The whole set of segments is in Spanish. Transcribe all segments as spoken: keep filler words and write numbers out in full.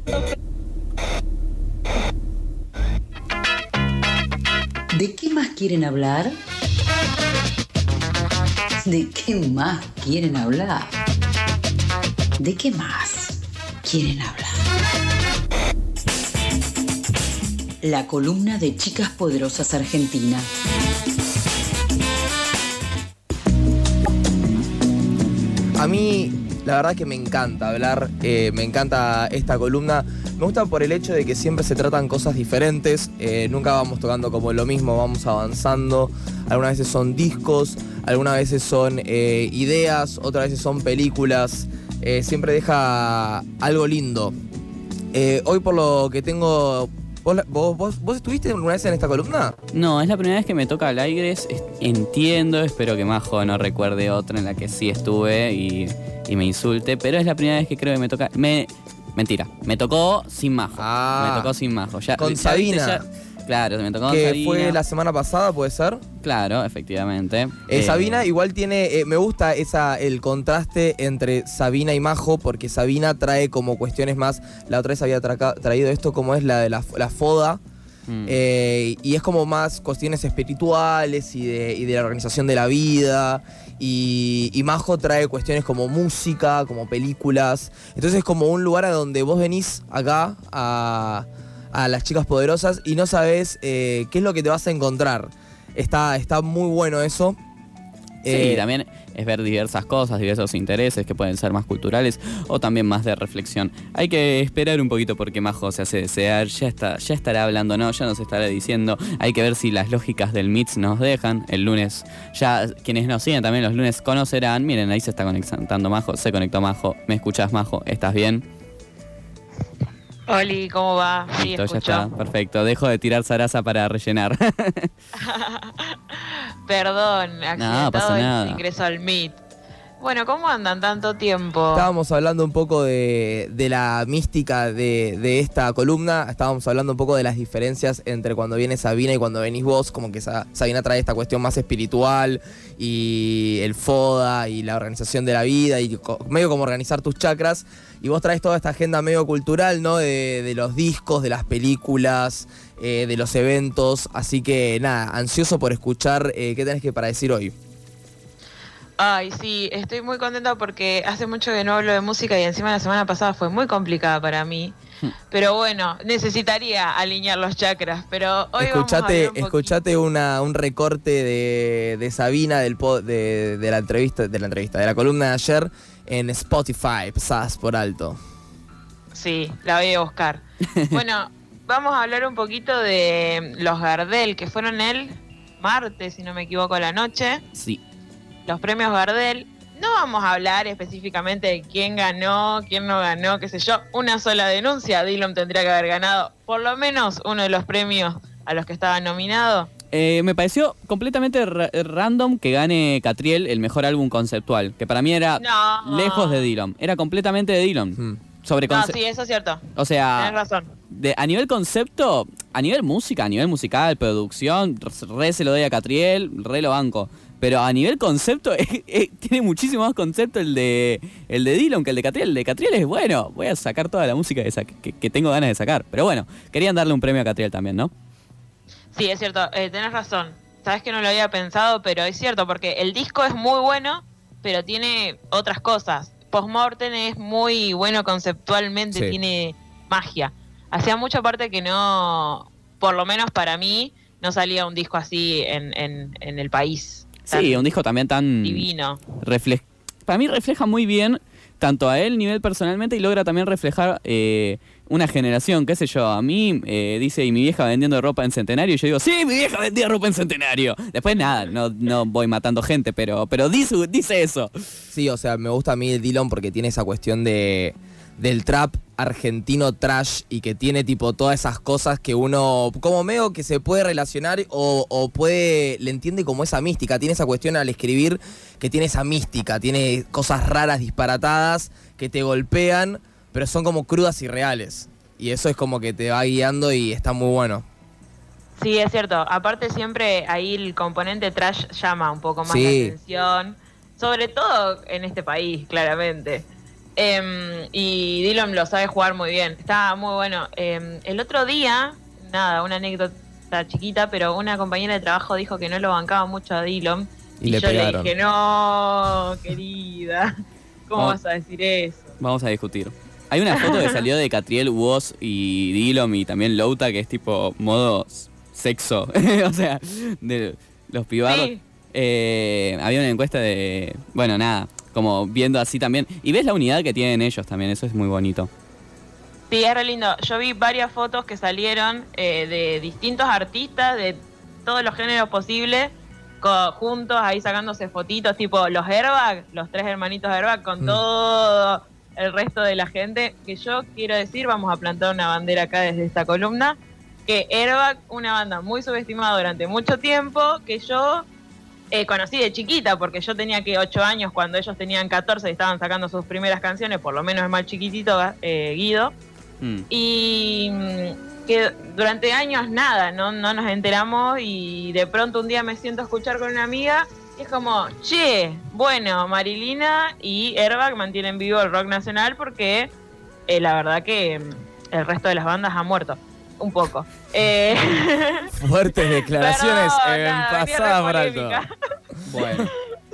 ¿De qué más quieren hablar? ¿De qué más quieren hablar? ¿De qué más quieren hablar? La columna de Chicas Poderosas Argentina. A mí, la verdad que me encanta hablar, eh, me encanta esta columna. Me gusta por el hecho de que siempre se tratan cosas diferentes, eh, nunca vamos tocando como lo mismo, vamos avanzando. Algunas veces son discos, algunas veces son eh, ideas, otras veces son películas. Eh, siempre deja algo lindo. Eh, hoy por lo que tengo... ¿Vos, vos, vos, ¿Vos estuviste alguna vez en esta columna? No, es la primera vez que me toca al aire. Entiendo, espero que Majo no recuerde otra en la que sí estuve y, y me insulte, pero es la primera vez que creo que me toca... Me, mentira, me tocó sin Majo. Ah, me tocó sin Majo. Ya, con ya Sabina. Viste, ya, claro, me tocó con Que Sabina. fue la semana pasada, ¿puede ser? Claro, efectivamente. Eh, Eh, Sabina igual tiene, eh, me gusta esa el contraste entre Sabina y Majo, porque Sabina trae como cuestiones más, la otra vez había tra traído esto como es la de la, la foda, mm. eh, y es como más cuestiones espirituales y de, y de la organización de la vida, y, y Majo trae cuestiones como música, como películas, entonces es como un lugar a donde vos venís acá a, a las Chicas Poderosas y no sabés eh, qué es lo que te vas a encontrar. Está, está muy bueno eso. Sí, eh, también es ver diversas cosas, diversos intereses que pueden ser más culturales o también más de reflexión. Hay que esperar un poquito porque Majo se hace desear, ya, está, ya estará hablando, no, ya nos estará diciendo. Hay que ver si las lógicas del M I T S nos dejan. El lunes, ya quienes nos siguen también los lunes conocerán. Miren, ahí se está conectando Majo, se conectó Majo. ¿Me escuchás, Majo? ¿Estás bien? Oli, ¿cómo va? Sí, Listo, ya escucho. está, perfecto. Dejo de tirar zaraza para rellenar. Perdón, accidentado No, pasa el nada. ingreso al Meet. Bueno, ¿cómo andan tanto tiempo? Estábamos hablando un poco de, de la mística de, de esta columna. Estábamos hablando un poco de las diferencias entre cuando viene Sabina y cuando venís vos. Como que Sa- Sabina trae esta cuestión más espiritual y el FODA y la organización de la vida y co- medio como organizar tus chakras. Y vos traes toda esta agenda medio cultural, ¿no? De, de los discos, de las películas, eh, de los eventos. Así que nada, ansioso por escuchar eh, qué tenés que para decir hoy. Ay, sí, estoy muy contenta porque hace mucho que no hablo de música y encima la semana pasada fue muy complicada para mí. Pero bueno, necesitaría alinear los chakras, pero hoy vamos a Escuchate, hablar un escuchate una, un recorte de, de Sabina del po- de, de la entrevista, de la entrevista, de la columna de ayer en Spotify, pasás por alto. Sí, la voy a buscar. Bueno, vamos a hablar un poquito de los Gardel, que fueron el martes, si no me equivoco, a la noche. Sí. Los premios Gardel. No vamos a hablar específicamente de quién ganó, quién no ganó, qué sé yo. Una sola denuncia, Dillom tendría que haber ganado por lo menos uno de los premios a los que estaba nominado. Eh, me pareció completamente ra- random que gane Catriel el mejor álbum conceptual, que para mí era No. lejos de Dillom, era completamente de Dillom. Hmm. Sobre No, conce- sí, eso es cierto. O sea, Tenés razón. de, a nivel concepto, a nivel música, a nivel musical, producción, re se lo doy a Catriel, re lo banco. Pero a nivel concepto, eh, eh, tiene muchísimo más concepto el de el de Dillom que el de Catriel. El de Catriel es bueno, voy a sacar toda la música que, sa- que, que tengo ganas de sacar. Pero bueno, querían darle un premio a Catriel también, ¿no? Sí, es cierto, eh, tenés razón. Sabes que no lo había pensado, pero es cierto, porque el disco es muy bueno, pero tiene otras cosas. Postmortem es muy bueno conceptualmente, Sí. tiene magia. Hacía mucha parte que no, por lo menos para mí, no salía un disco así en, en, en el país. Sí, un disco también tan... divino. refle- para mí refleja muy bien tanto a él nivel personalmente y logra también reflejar eh, una generación, qué sé yo. A mí eh, dice, y mi vieja vendiendo ropa en Centenario, y yo digo, sí, mi vieja vendía ropa en Centenario. Después nada, no, no voy matando gente, pero, pero dice, dice eso. Sí, o sea, me gusta a mí el Dillom porque tiene esa cuestión de del trap argentino trash y que tiene tipo todas esas cosas que uno como medio que se puede relacionar o, o puede, le entiende como esa mística, tiene esa cuestión al escribir que tiene esa mística, tiene cosas raras, disparatadas, que te golpean, pero son como crudas y reales. Y eso es como que te va guiando y está muy bueno. Sí, es cierto. Aparte siempre ahí el componente trash llama un poco más Sí. la atención. Sobre todo en este país, claramente. Eh, y Dillom lo sabe jugar muy bien. Está muy bueno. Eh, el otro día, nada, una anécdota chiquita, pero una compañera de trabajo dijo que no lo bancaba mucho a Dillom. Y, Y, le yo pegaron. le dije, no, querida, ¿cómo Vamos. vas a decir eso? Vamos a discutir. Hay una foto que salió de Catriel, Woz y Dillom y también Louta que es tipo modo sexo. O sea, de los pibados. Sí. Eh, había una encuesta de. Bueno, nada. Como viendo así también. Y ves la unidad que tienen ellos también. Eso es muy bonito. Sí, es re lindo. Yo vi varias fotos que salieron eh, de distintos artistas de todos los géneros posibles, co- juntos ahí sacándose fotitos, tipo los Airbag, los tres hermanitos Airbag, con Mm. todo el resto de la gente. Que yo quiero decir, vamos a plantar una bandera acá desde esta columna, que Airbag, una banda muy subestimada durante mucho tiempo, que yo eh, conocí de chiquita, porque yo tenía que ocho años cuando ellos tenían catorce y estaban sacando sus primeras canciones, por lo menos es más chiquitito eh, Guido. Mm. Y mm, que durante años nada, no, no nos enteramos y de pronto un día me siento a escuchar con una amiga y es como, che, bueno, Marilina y Airbag mantienen vivo el rock nacional porque eh, la verdad que mm, el resto de las bandas ha muerto, un poco. Eh, Fuertes declaraciones Perdón, en nada, venía pasada re por alto. polémica. Bueno.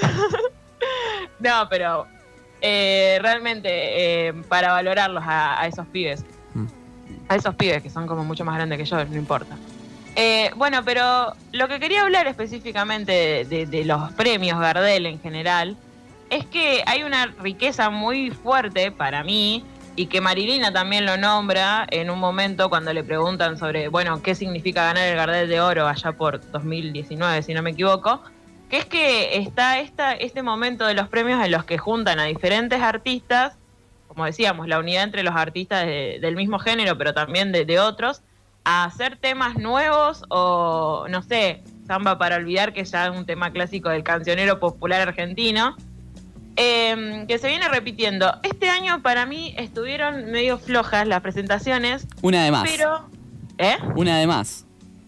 No, pero eh, realmente eh, para valorarlos a, a esos pibes, Mm. a esos pibes que son como mucho más grandes que yo, no importa. Eh, bueno, pero lo que quería hablar específicamente de, de- de los premios Gardel en general es que hay una riqueza muy fuerte para mí y que Marilina también lo nombra en un momento cuando le preguntan sobre, bueno, qué significa ganar el Gardel de Oro allá por dos mil diecinueve, si no me equivoco, que es que está esta, este momento de los premios en los que juntan a diferentes artistas, como decíamos, la unidad entre los artistas de- del mismo género, pero también de, de otros, a hacer temas nuevos o, no sé, Samba para olvidar, que es ya un tema clásico del cancionero popular argentino, eh, que se viene repitiendo. Este año para mí estuvieron medio flojas las presentaciones, Una de más. pero... ¿Eh? Una de más.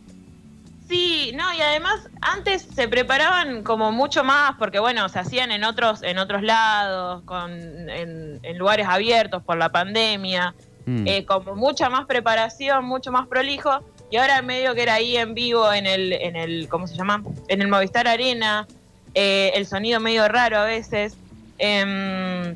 Sí, no, y además antes se preparaban como mucho más, porque bueno, se hacían en otros, en otros lados, con, en, en lugares abiertos por la pandemia, Mm. eh, como mucha más preparación, mucho más prolijo, y ahora medio que era ahí en vivo en el, en el, ¿cómo se llama? En el Movistar Arena, eh, el sonido medio raro a veces, em,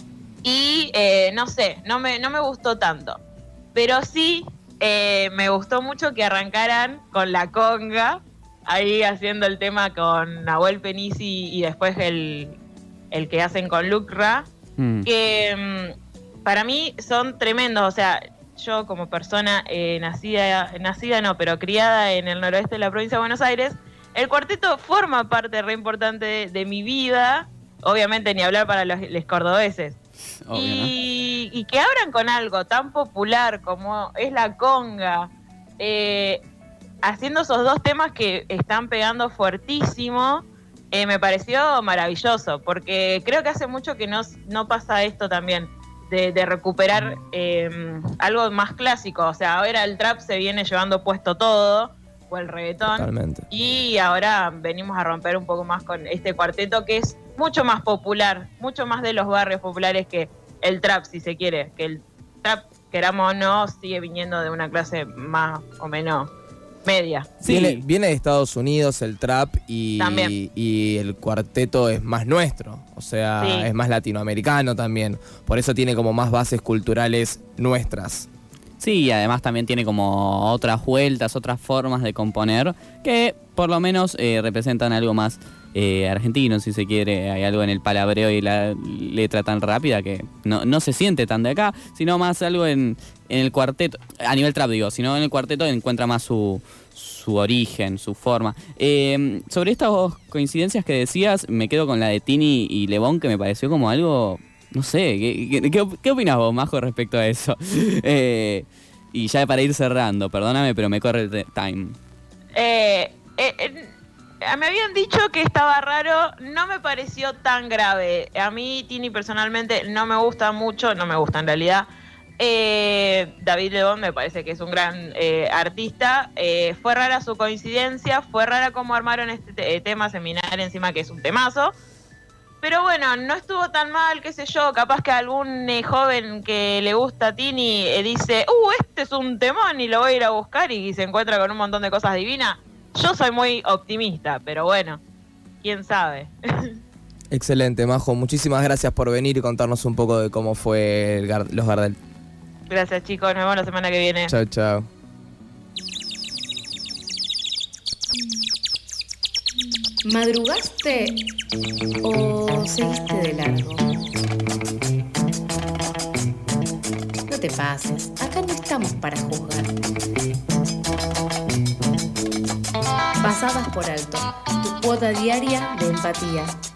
y eh, no sé, no me, no me gustó tanto, pero sí eh, me gustó mucho que arrancaran con la conga, ahí haciendo el tema con Nahuel Penisi y después el, el que hacen con Lucra, Mm. que mm, para mí son tremendos. O sea, yo como persona eh, nacida, nacida no, pero criada en el noroeste de la provincia de Buenos Aires, el cuarteto forma parte re importante de, de mi vida, obviamente ni hablar para los, los cordobeses. Obvio, ¿no? y, y que abran con algo tan popular como es la conga, eh, haciendo esos dos temas que están pegando fuertísimo, eh, me pareció maravilloso, porque creo que hace mucho que no, no pasa esto también, de, de recuperar eh, algo más clásico. O sea, ahora el trap se viene llevando puesto todo, o el reggaetón, Totalmente. y ahora venimos a romper un poco más con este cuarteto que es mucho más popular, mucho más de los barrios populares que el trap, si se quiere, que el trap, queramos o no, sigue viniendo de una clase más o menos media. Sí. Viene, viene de Estados Unidos el trap y, También. y el cuarteto es más nuestro, o sea, Sí. es más latinoamericano también. Por eso tiene como más bases culturales nuestras. Sí, y además también tiene como otras vueltas, otras formas de componer que por lo menos eh, representan algo más eh, argentino, si se quiere. Hay algo en el palabreo y la letra tan rápida que no, no se siente tan de acá, sino más algo en, en el cuarteto, a nivel trap digo, sino en el cuarteto encuentra más su, su origen, su forma. Eh, sobre estas dos coincidencias que decías, me quedo con la de Tini y Lebón, que me pareció como algo... No sé, ¿qué, qué, qué, qué opinas vos, Majo, respecto a eso? Eh, y ya para ir cerrando, perdóname, pero me corre el te- time. Eh, eh, eh, me habían dicho que estaba raro, no me pareció tan grave. A mí, Tini, personalmente no me gusta mucho, no me gusta en realidad. Eh, David Lebón me parece que es un gran eh, artista. Eh, fue rara su coincidencia, fue rara cómo armaron este te- tema Seminar encima, que es un temazo. pero bueno, no estuvo tan mal, qué sé yo, capaz que algún eh, joven que le gusta a Tini eh, dice, uh, este es un temón y lo voy a ir a buscar y se encuentra con un montón de cosas divinas. Yo soy muy optimista, pero bueno, quién sabe. Excelente, Majo. Muchísimas gracias por venir y contarnos un poco de cómo fue el Gar- los Gardel. Gracias, chicos, nos vemos la semana que viene. Chao, chao. ¿Madrugaste o seguiste de largo? No te pases, acá no estamos para juzgar. Pasadas por alto, tu cuota diaria de empatía.